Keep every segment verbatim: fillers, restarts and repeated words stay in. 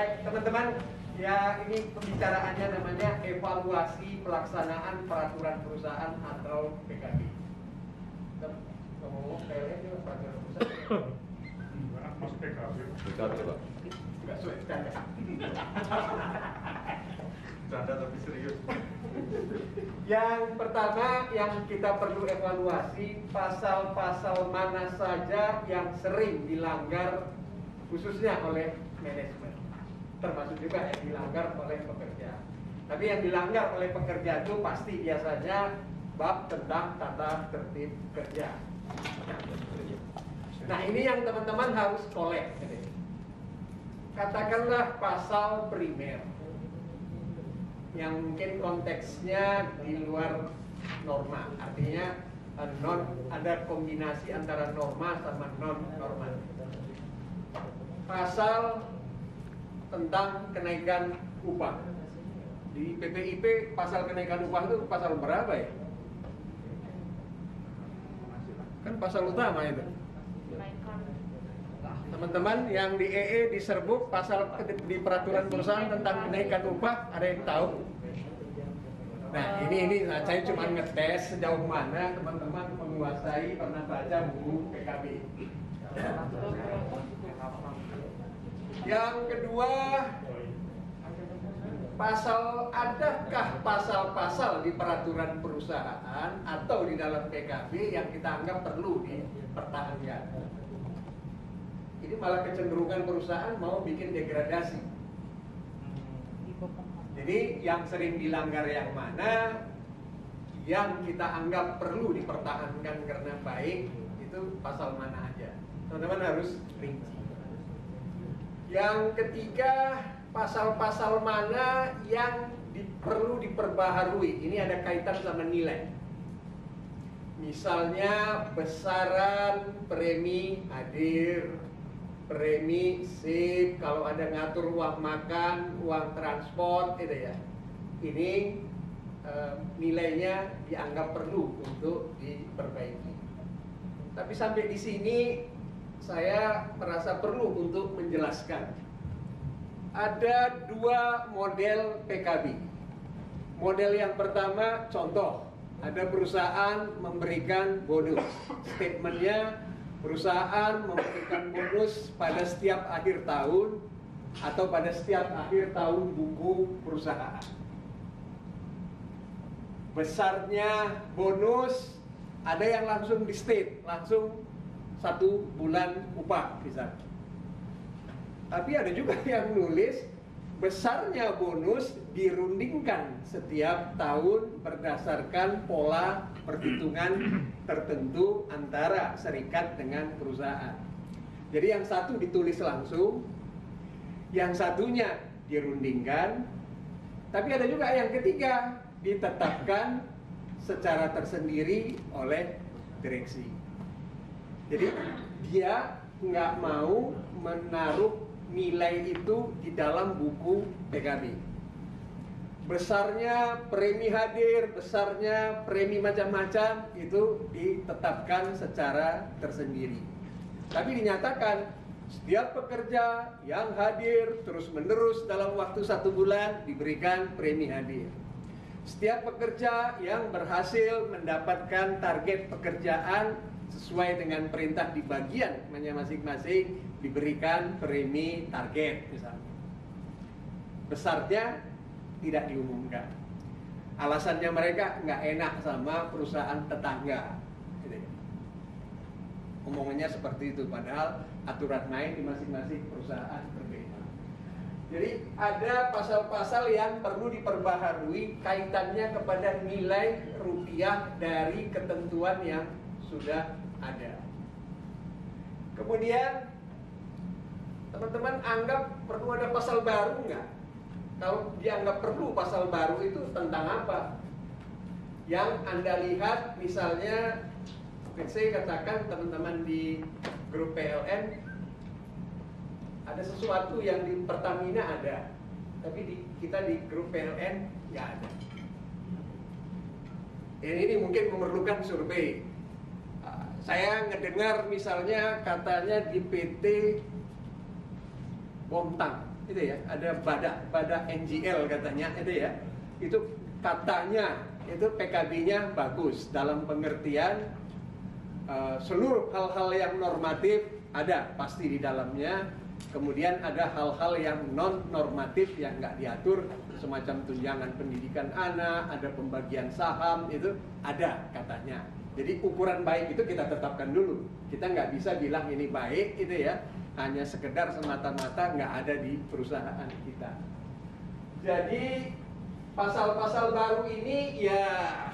Baik, teman-teman, ya ini pembicaraannya namanya evaluasi pelaksanaan peraturan perusahaan atau P K B. Kita ngomong P L N itu peraturan perusahaan. Mas P K B. P K B, Pak. Enggak sulit bercanda. Bercanda tapi serius. Yang pertama yang kita perlu evaluasi pasal-pasal mana saja yang sering dilanggar khususnya oleh manajemen, termasuk juga yang dilanggar oleh pekerja. Tapi yang dilanggar oleh pekerja itu pasti biasanya bab tentang tata tertib kerja. Nah ini yang teman-teman harus kolek. Katakanlah pasal primer yang mungkin konteksnya di luar norma, artinya non ada kombinasi antara norma sama non norma. Pasal tentang kenaikan upah di P P I P, pasal kenaikan upah itu pasal berapa ya? Kan pasal utama itu. Teman-teman yang di E E di serbuk pasal di peraturan perusahaan tentang kenaikan upah, ada yang tahu? Nah ini ini nah, saya cuma ngetes sejauh mana teman-teman menguasai pernah baca buku P K B. Yang kedua, pasal adakah pasal-pasal di peraturan perusahaan atau di dalam P K B yang kita anggap perlu dipertahankan? Ini malah kecenderungan perusahaan mau bikin degradasi. Jadi yang sering dilanggar yang mana, yang kita anggap perlu dipertahankan karena baik, itu pasal mana aja. Teman-teman harus rinci. Yang ketiga, pasal-pasal mana yang di, perlu diperbaharui. Ini ada kaitan sama nilai. Misalnya besaran premi hadir, premi sip, kalau ada ngatur uang makan, uang transport, gitu ya. Ini e, nilainya dianggap perlu untuk diperbaiki. Tapi sampai di sini saya merasa perlu untuk menjelaskan. Ada dua model P K B. Model yang pertama, contoh, ada perusahaan memberikan bonus. Statementnya, perusahaan memberikan bonus pada setiap akhir tahun atau pada setiap akhir tahun buku perusahaan. Besarnya bonus, ada yang langsung di state, langsung satu bulan upah misalnya. Tapi ada juga yang nulis besarnya bonus dirundingkan setiap tahun berdasarkan pola perhitungan tertentu antara serikat dengan perusahaan. Jadi yang satu ditulis langsung, yang satunya dirundingkan. Tapi ada juga yang ketiga ditetapkan secara tersendiri oleh direksi. Jadi dia nggak mau menaruh nilai itu di dalam buku P K B. Besarnya premi hadir, besarnya premi macam-macam itu ditetapkan secara tersendiri. Tapi dinyatakan setiap pekerja yang hadir terus-menerus dalam waktu satu bulan diberikan premi hadir. Setiap pekerja yang berhasil mendapatkan target pekerjaan sesuai dengan perintah di bagian masing-masing diberikan premi target misalnya. Besarnya tidak diumumkan. Alasannya mereka nggak enak sama perusahaan tetangga. Omongannya seperti itu, padahal aturan main di masing-masing perusahaan berbeda. Jadi ada pasal-pasal yang perlu diperbaharui kaitannya kepada nilai rupiah dari ketentuan yang sudah ada. Kemudian teman-teman anggap perlu ada pasal baru nggak? Kalau dianggap perlu pasal baru itu tentang apa? Yang Anda lihat misalnya, saya katakan teman-teman di grup P L N ada sesuatu yang di Pertamina ada, tapi di, kita di grup P L N nggak ada. Ini, ini mungkin memerlukan survei. Saya ngedengar misalnya katanya di P T Bontang, itu ya, ada Bada, Bada N G L katanya itu ya. Itu katanya itu P K B-nya bagus dalam pengertian uh, seluruh hal-hal yang normatif ada pasti di dalamnya. Kemudian ada hal-hal yang non normatif yang nggak diatur, semacam tunjangan pendidikan anak, ada pembagian saham, itu ada katanya. Jadi ukuran baik itu kita tetapkan dulu. Kita nggak bisa bilang ini baik itu ya, hanya sekedar semata-mata nggak ada di perusahaan kita. Jadi pasal-pasal baru ini ya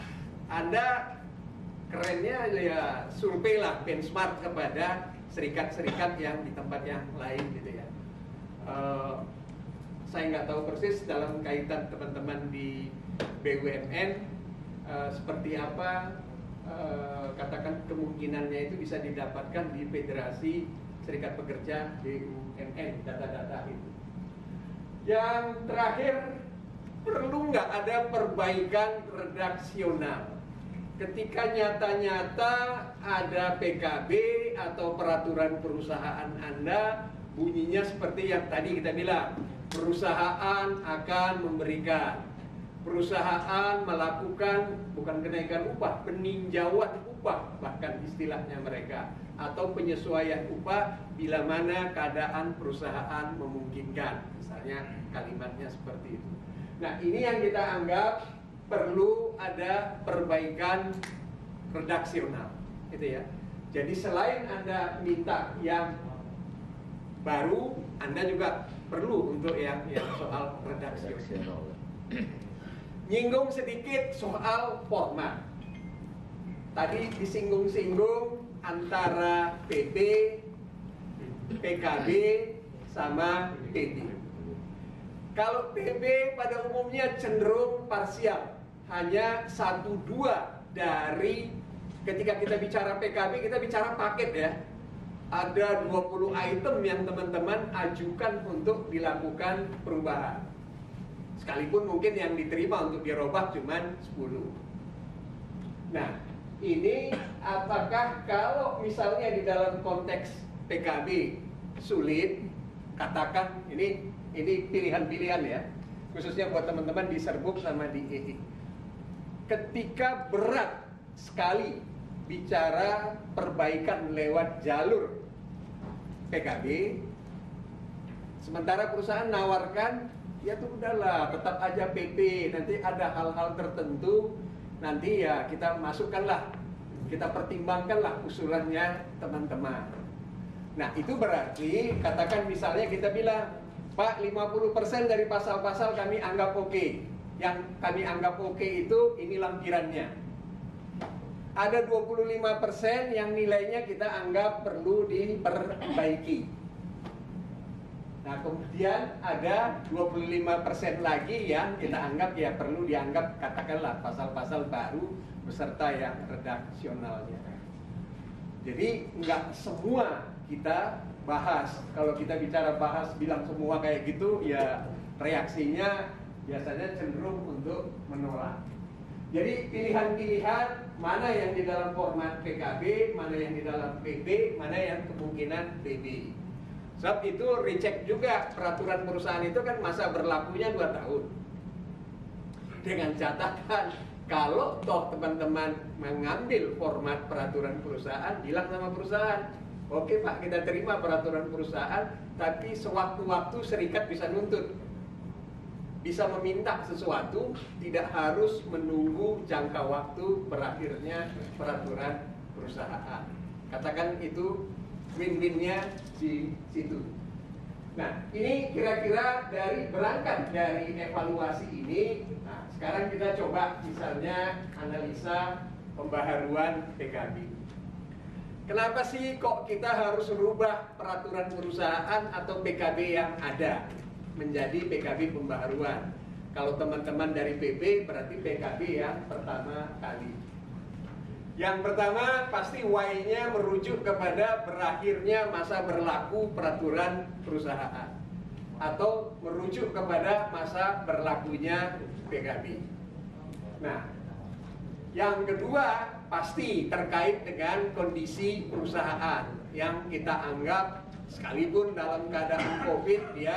Anda kerennya ya survei lah, benchmark kepada serikat-serikat yang di tempat yang lain gitu ya. Uh, saya nggak tahu persis dalam kaitan teman-teman di B U M N uh, seperti apa. Uh, katakan kemungkinannya itu bisa didapatkan di Federasi Serikat Pekerja B U M N, data-data itu. Yang terakhir, perlu nggak ada perbaikan redaksional ketika nyata-nyata ada P K B atau peraturan perusahaan Anda bunyinya seperti yang tadi kita bilang, perusahaan akan memberikan, perusahaan melakukan bukan kenaikan upah, peninjauan upah bahkan istilahnya mereka, atau penyesuaian upah bila mana keadaan perusahaan memungkinkan, misalnya kalimatnya seperti itu. Nah, ini yang kita anggap perlu ada perbaikan redaksional, gitu ya. Jadi selain Anda minta yang baru, Anda juga perlu untuk yang yang soal redaksional. Nyinggung sedikit soal format. Tadi disinggung-singgung antara P B, P K B, sama P B. Kalau P B pada umumnya cenderung parsial, hanya satu dua dari ketika kita bicara P K B, kita bicara paket ya. Ada dua puluh item yang teman-teman ajukan untuk dilakukan perubahan. Sekalipun mungkin yang diterima untuk dirubah cuma sepuluh. Nah, ini apakah kalau misalnya di dalam konteks P K B sulit, katakan ini ini pilihan-pilihan ya, khususnya buat teman-teman di Serbuk sama di E I. Ketika berat sekali bicara perbaikan lewat jalur P K B, sementara perusahaan nawarkan, ya tuh udahlah tetap aja P P, nanti ada hal-hal tertentu, nanti ya kita masukkanlah, kita pertimbangkanlah usulannya teman-teman. Nah, itu berarti katakan misalnya kita bilang, Pak, lima puluh persen dari pasal-pasal kami anggap oke. Yang kami anggap oke itu ini lampirannya. Ada dua puluh lima persen yang nilainya kita anggap perlu diperbaiki. Nah, kemudian ada dua puluh lima persen lagi yang kita anggap ya perlu dianggap katakanlah pasal-pasal baru beserta yang redaksionalnya. Jadi nggak semua kita bahas. Kalau kita bicara bahas bilang semua kayak gitu, ya reaksinya biasanya cenderung untuk menolak. Jadi pilihan-pilihan mana yang di dalam format P K B, mana yang di dalam P B, mana yang kemungkinan P B. Sebab itu recheck juga peraturan perusahaan itu kan masa berlakunya dua tahun. Dengan catatan kalau toh teman-teman mengambil format peraturan perusahaan, bilang sama perusahaan, oke Pak, kita terima peraturan perusahaan, tapi sewaktu-waktu serikat bisa nuntut, bisa meminta sesuatu, tidak harus menunggu jangka waktu berakhirnya peraturan perusahaan. Katakan itu win-winnya di situ. Nah, ini kira-kira dari berangkat dari evaluasi ini. Nah, sekarang kita coba misalnya analisa pembaharuan P K B. Kenapa sih kok kita harus rubah peraturan perusahaan atau P K B yang ada menjadi P K B pembaharuan? Kalau teman-teman dari P B berarti P K B yang pertama kali. Yang pertama pasti why-nya merujuk kepada berakhirnya masa berlaku peraturan perusahaan atau merujuk kepada masa berlakunya P K B. Nah, yang kedua pasti terkait dengan kondisi perusahaan yang kita anggap sekalipun dalam keadaan COVID dia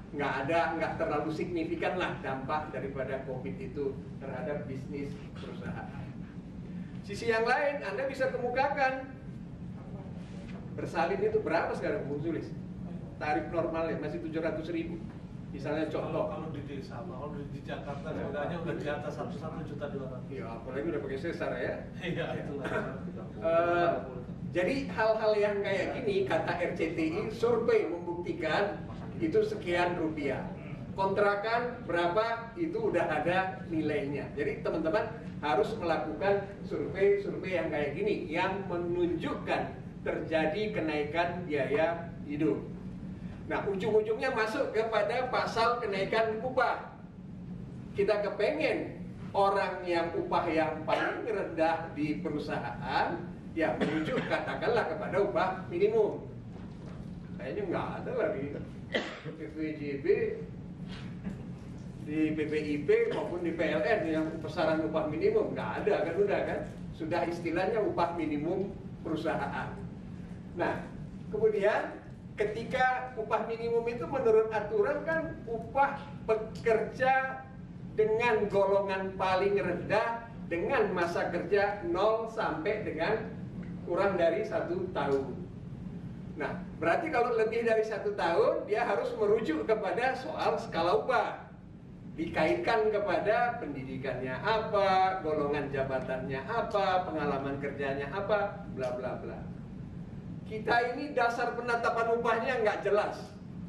nggak ada, nggak terlalu signifikan lah dampak daripada COVID itu terhadap bisnis perusahaan. Sisi yang lain, Anda bisa kemukakan bersalin itu berapa sekarang, Bung Sulis? Tarif normalnya masih tujuh ratus ribu. Misalnya contoh. Kalau di desa, kalau di Jakarta harganya udah di atas satu juta dua ratus. Iya, apalagi udah pakai sesar ya. Iya, itulah. Uh, jadi hal-hal yang kayak gini, kata R C T I, survei membuktikan itu sekian rupiah. Kontrakan berapa, itu udah ada nilainya. Jadi teman-teman harus melakukan survei-survei yang kayak gini, yang menunjukkan terjadi kenaikan biaya hidup. Nah, ujung-ujungnya masuk kepada pasal kenaikan upah. Kita kepengen orang yang upah yang paling rendah di perusahaan, ya menuju katakanlah kepada upah minimum. Kayaknya nggak ada lagi P P J B, di P P I P maupun di P L N yang besaran upah minimum, nggak ada kan, udah kan? Sudah istilahnya upah minimum perusahaan. Nah, kemudian ketika upah minimum itu menurut aturan kan upah pekerja dengan golongan paling rendah dengan masa kerja nol sampai dengan kurang dari satu tahun. Nah, berarti kalau lebih dari satu tahun dia harus merujuk kepada soal skala upah, dikaitkan kepada pendidikannya apa, golongan jabatannya apa, pengalaman kerjanya apa, bla bla bla. Kita ini dasar penetapan upahnya nggak jelas.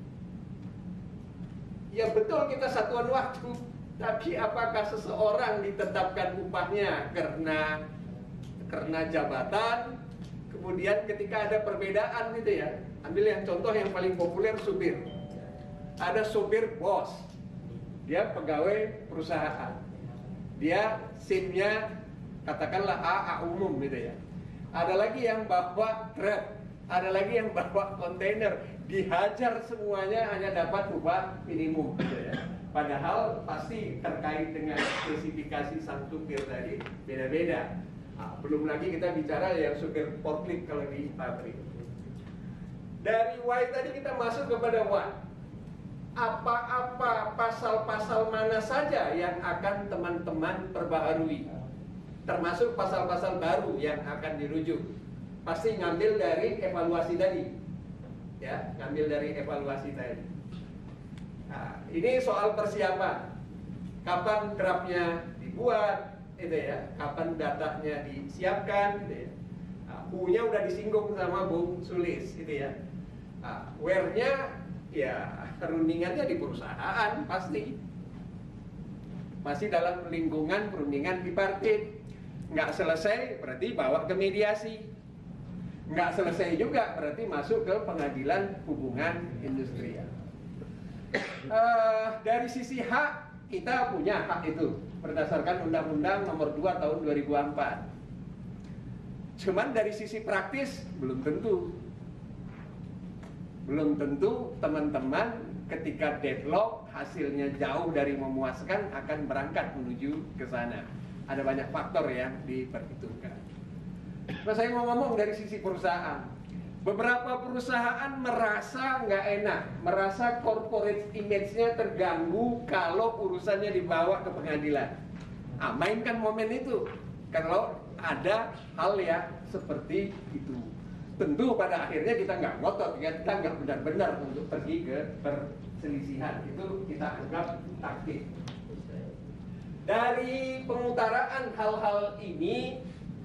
Ya betul kita satuan waktu, tapi apakah seseorang ditetapkan upahnya karena karena jabatan? Kemudian ketika ada perbedaan gitu ya, ambil yang contoh yang paling populer, supir. Ada supir bos, dia pegawai perusahaan, dia SIM-nya katakanlah A, A umum gitu ya. Ada lagi yang bawa truk, ada lagi yang bawa kontainer, dihajar semuanya hanya dapat upah minimum gitu ya. Padahal pasti terkait dengan spesifikasi sang supir tadi beda-beda. Nah, belum lagi kita bicara yang supir forklift kalau di pabrik. Dari Y tadi kita masuk kepada what. Apa-apa pasal-pasal mana saja yang akan teman-teman perbaharui, termasuk pasal-pasal baru yang akan dirujuk. Pasti ngambil dari evaluasi tadi, ya, ngambil dari evaluasi tadi. Nah, ini soal persiapan. Kapan draftnya dibuat, itu ya, kapan datanya disiapkan, gitu ya. Nah, U-nya udah disinggung sama Bung Sulis, itu ya. Nah, where-nya, ya, perundingannya di perusahaan pasti. Masih dalam lingkungan perundingan bipartit. Nggak selesai, berarti bawa ke mediasi. Nggak selesai juga, berarti masuk ke pengadilan hubungan industrial. Uh, dari sisi hak, kita punya hak itu berdasarkan Undang-Undang Nomor dua Tahun dua ribu empat. Cuman dari sisi praktis belum tentu. Belum tentu teman-teman ketika deadlock hasilnya jauh dari memuaskan akan berangkat menuju ke sana. Ada banyak faktor yang diperhitungkan. Nah, saya mau ngomong dari sisi perusahaan. Beberapa perusahaan merasa nggak enak, merasa corporate image-nya terganggu kalau urusannya dibawa ke pengadilan. Ah, mainkan momen itu kalau ada hal yang seperti itu. Tentu pada akhirnya kita nggak ngotot, ya, kita nggak benar-benar untuk pergi ke perselisihan. Itu kita anggap taktik. Dari pengutaraan hal-hal ini,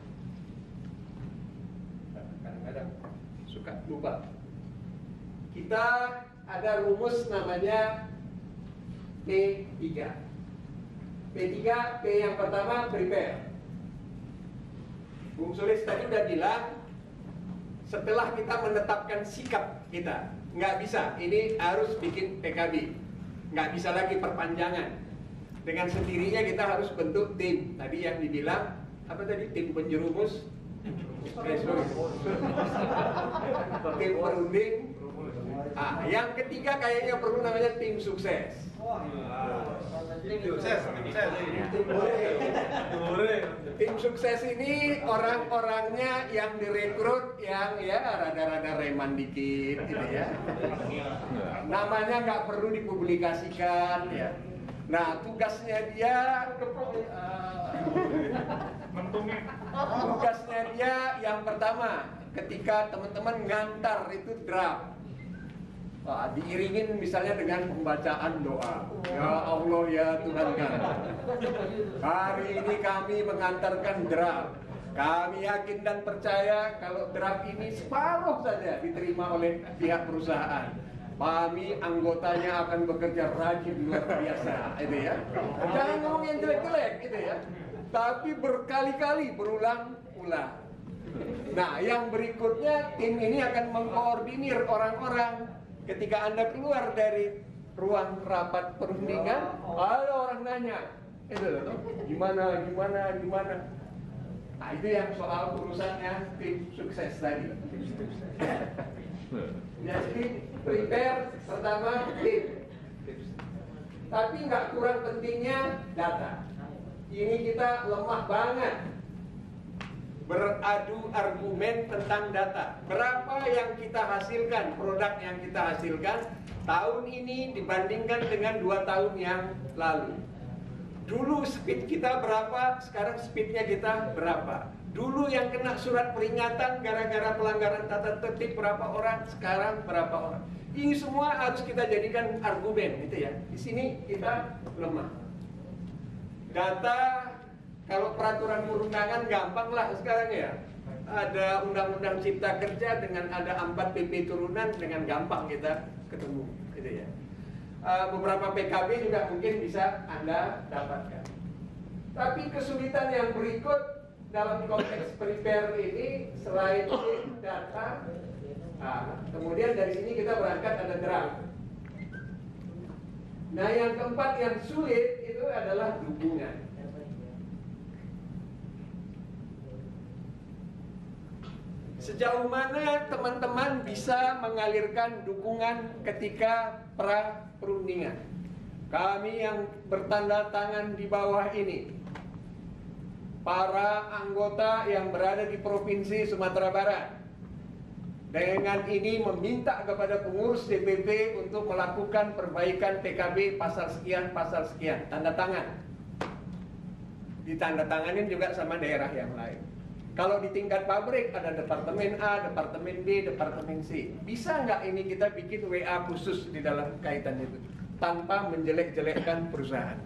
kadang-kadang suka lupa. Kita ada rumus namanya P tiga. P tiga, P yang pertama prepare. Bung Sulis tadi udah bilang, setelah kita menetapkan sikap kita, nggak bisa, ini harus bikin P K B, nggak bisa lagi perpanjangan. Dengan sendirinya kita harus bentuk tim. Tadi yang dibilang apa tadi, tim penjerumus, eh, tim perunding. Ah, yang ketiga kayaknya perlu namanya tim sukses. Sukses, sukses. Tim sukses ini orang-orangnya yang direkrut yang ya rada-rada reman dikit gitu ya. Namanya nggak perlu dipublikasikan ya. Nah tugasnya dia uh, tugasnya dia yang pertama ketika teman-teman ngantar itu draft. Wah, diiringin misalnya dengan pembacaan doa. Ya Allah ya Tuhan kami. Hari ini kami mengantarkan draft. Kami yakin dan percaya kalau draft ini separuh saja diterima oleh pihak perusahaan. Kami anggotanya akan bekerja rajin luar biasa, itu ya. Jangan ngomong yang jelek-jelek, gitu ya. Tapi berkali-kali berulang-ulang. Nah, yang berikutnya tim ini akan mengkoordinir orang-orang. Ketika Anda keluar dari ruang rapat perundingan, ada orang nanya, itu loh, gimana, gimana, gimana. Nah, itu yang soal urusannya tim sukses tadi. Jadi prepare pertama tim. Tapi nggak kurang pentingnya data. Ini kita lemah banget beradu argumen tentang data. Berapa yang kita hasilkan, produk yang kita hasilkan tahun ini dibandingkan dengan dua tahun yang lalu. Dulu speed kita berapa, sekarang speednya kita berapa. Dulu yang kena surat peringatan gara-gara pelanggaran tata tertib berapa orang, sekarang berapa orang. Ini semua harus kita jadikan argumen, gitu ya. Di sini kita lemah. Data, kalau peraturan perundangan gampang lah sekarang ya. Ada undang-undang cipta kerja dengan ada empat P P turunan dengan gampang kita ketemu, gitu ya. Uh, beberapa P K B juga mungkin bisa Anda dapatkan. Tapi kesulitan yang berikut dalam konteks prepare ini selain data, nah, kemudian dari sini kita berangkat ada draft. Nah, yang keempat yang sulit itu adalah dukungan. Sejauh mana teman-teman bisa mengalirkan dukungan ketika pra perundingan? Kami yang bertanda tangan di bawah ini, para anggota yang berada di Provinsi Sumatera Barat, dengan ini meminta kepada pengurus D P P untuk melakukan perbaikan P K B pasal sekian, pasal sekian, tanda tangan. Ditandatanganin juga sama daerah yang lain. Kalau di tingkat pabrik ada departemen A, departemen B, departemen C. Bisa nggak ini kita bikin W A khusus di dalam kaitan itu tanpa menjelek-jelekkan perusahaan?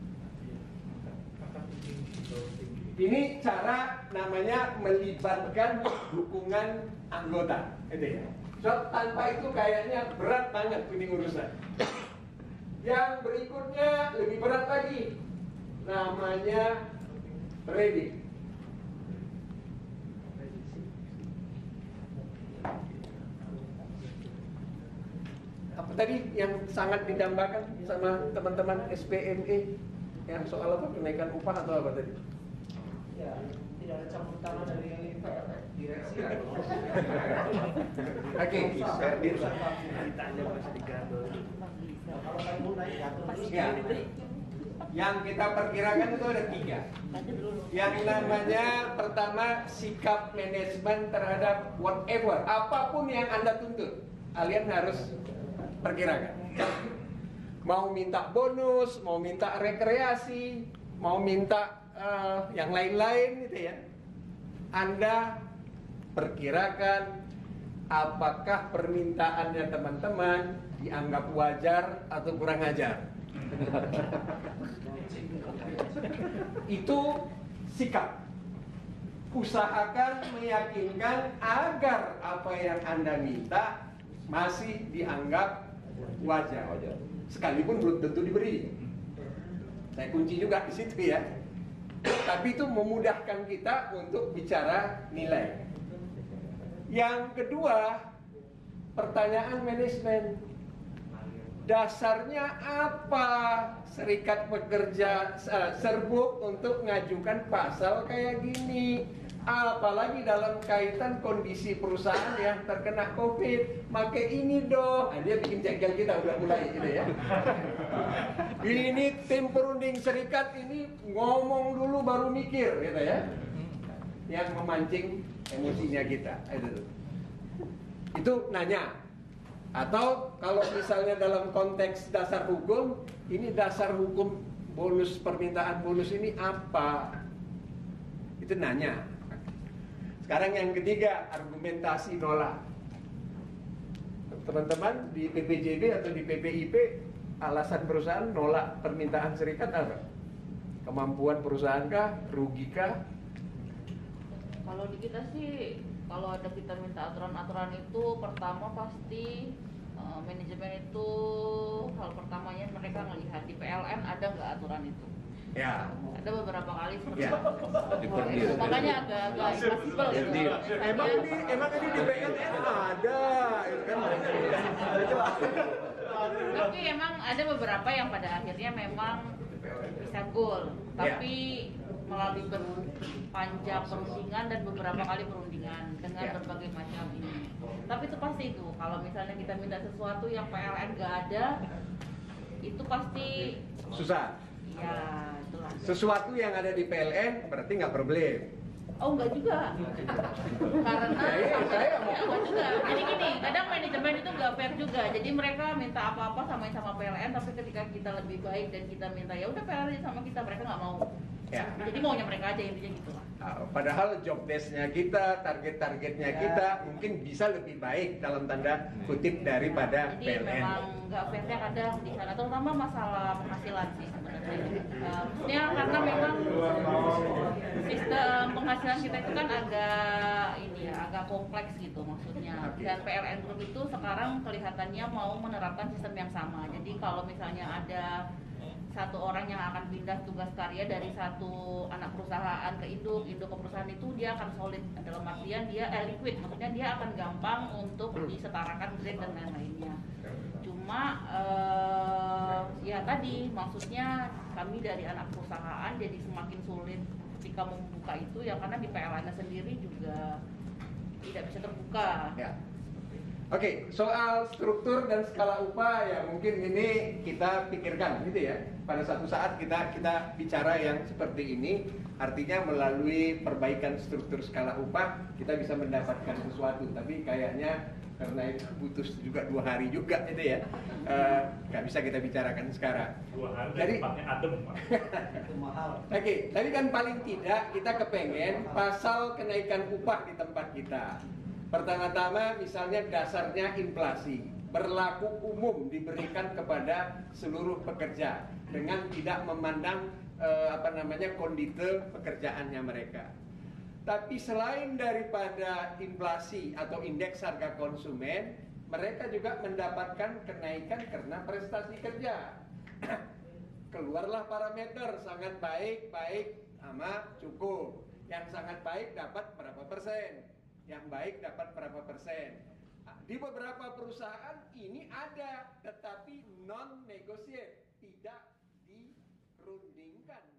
Ini cara namanya melibatkan dukungan anggota, itu ya. So, tanpa itu kayaknya berat banget ini urusan. Yang berikutnya lebih berat lagi, namanya trading. Apa tadi yang sangat didambakan sama teman-teman S P M E yang soal apa, kenaikan upah atau apa tadi? Ya, tidak ada campur tangan dari direksi. Oke, ya. Yang kita perkirakan itu ada tiga. Yang namanya pertama sikap manajemen terhadap whatever, apapun yang Anda tuntut, kalian harus perkirakan. Mau minta bonus, mau minta rekreasi, mau minta uh, yang lain-lain gitu ya. Anda perkirakan apakah permintaannya teman-teman dianggap wajar atau kurang ajar. Itu sikap. Usahakan meyakinkan agar apa yang Anda minta masih dianggap wajar, sekalipun belum tentu diberi. Saya kunci juga di situ ya. Tapi itu memudahkan kita untuk bicara nilai. Yang kedua, pertanyaan manajemen. Dasarnya apa serikat pekerja uh, serbuk untuk ngajukan pasal kayak gini? Apalagi dalam kaitan kondisi perusahaan yang terkena COVID, maka ini dong. Nah, dia bikin jengkel kita udah mulai gitu ya. Ini tim perunding serikat ini ngomong dulu baru mikir gitu ya. Yang memancing emosinya kita. Itu, itu nanya. Atau kalau misalnya dalam konteks dasar hukum, ini dasar hukum bonus permintaan bonus ini apa? Itu nanya. Sekarang yang ketiga, argumentasi nolak. Teman-teman di P P J B atau di P P I P, alasan perusahaan nolak permintaan serikat apa? Kemampuan perusahaan kah? Rugi kah? Kalau di kita sih, kalau ada kita minta aturan-aturan itu, pertama pasti uh, manajemen itu hal pertamanya mereka melihat di P L N ada nggak aturan itu. Ya. Ada beberapa kali seperti Ya. itu. Makanya agak-agak impossible gitu. Emang ini emang ini di P L N ada, itu kan? Tapi emang ada beberapa yang pada akhirnya memang bisa goal, tapi melalui panjang perundingan dan beberapa kali perundingan dengan Ya. berbagai macam ini. Tapi itu pasti itu, kalau misalnya kita minta sesuatu yang P L N nggak ada, itu pasti Susah. ya itulah. Sesuatu yang ada di P L N berarti nggak problem. Oh enggak juga, karena Saya- saya mau- ya, enggak juga. Jadi gini, kadang manajemen itu nggak fair juga. Jadi mereka minta apa-apa samain sama P L N, tapi ketika kita lebih baik dan kita minta ya udah P L N sama kita, mereka nggak mau. Ya. Jadi maunya mereka aja intinya gitulah. Nah, padahal job desk-nya kita, target-targetnya Ya. kita mungkin bisa lebih baik dalam tanda kutip daripada Jadi P L N. memang nggak fairnya kadang di sana, terutama masalah penghasilan sih sebenarnya. Uh, maksudnya karena memang sistem penghasilan kita itu kan agak ini ya, agak kompleks gitu maksudnya. Oke. Dan P L N Group itu sekarang kelihatannya mau menerapkan sistem yang sama. Jadi kalau misalnya ada satu orang yang akan pindah tugas karya dari satu anak perusahaan ke induk, induk ke perusahaan itu dia akan solid dalam artian dia eh, liquid, maksudnya dia akan gampang untuk disetarakan grade dan lain-lainnya. Cuma eh, ya tadi maksudnya kami dari anak perusahaan jadi semakin sulit ketika membuka itu ya karena di P L N sendiri juga tidak bisa terbuka. Ya. Oke, soal struktur dan skala upah ya mungkin ini kita pikirkan gitu ya. Pada satu saat kita kita bicara yang seperti ini, artinya melalui perbaikan struktur skala upah kita bisa mendapatkan sesuatu. Tapi kayaknya karena itu butuh juga dua hari juga itu ya, Eh, nggak bisa kita bicarakan sekarang. Dua hari Jadi- tempatnya adem, Pak. Itu mahal. Oke, tapi kan paling tidak kita kepengen pasal kenaikan upah di tempat kita. Pertama-tama misalnya dasarnya inflasi, berlaku umum diberikan kepada seluruh pekerja dengan tidak memandang eh, apa namanya kondite pekerjaannya mereka. Tapi selain daripada inflasi atau indeks harga konsumen, mereka juga mendapatkan kenaikan karena prestasi kerja. Keluarlah parameter sangat baik, baik sama cukup. Yang sangat baik dapat berapa persen? Yang baik dapat berapa persen? Nah, di beberapa perusahaan ini ada, tetapi non negotiate, tidak dirundingkan.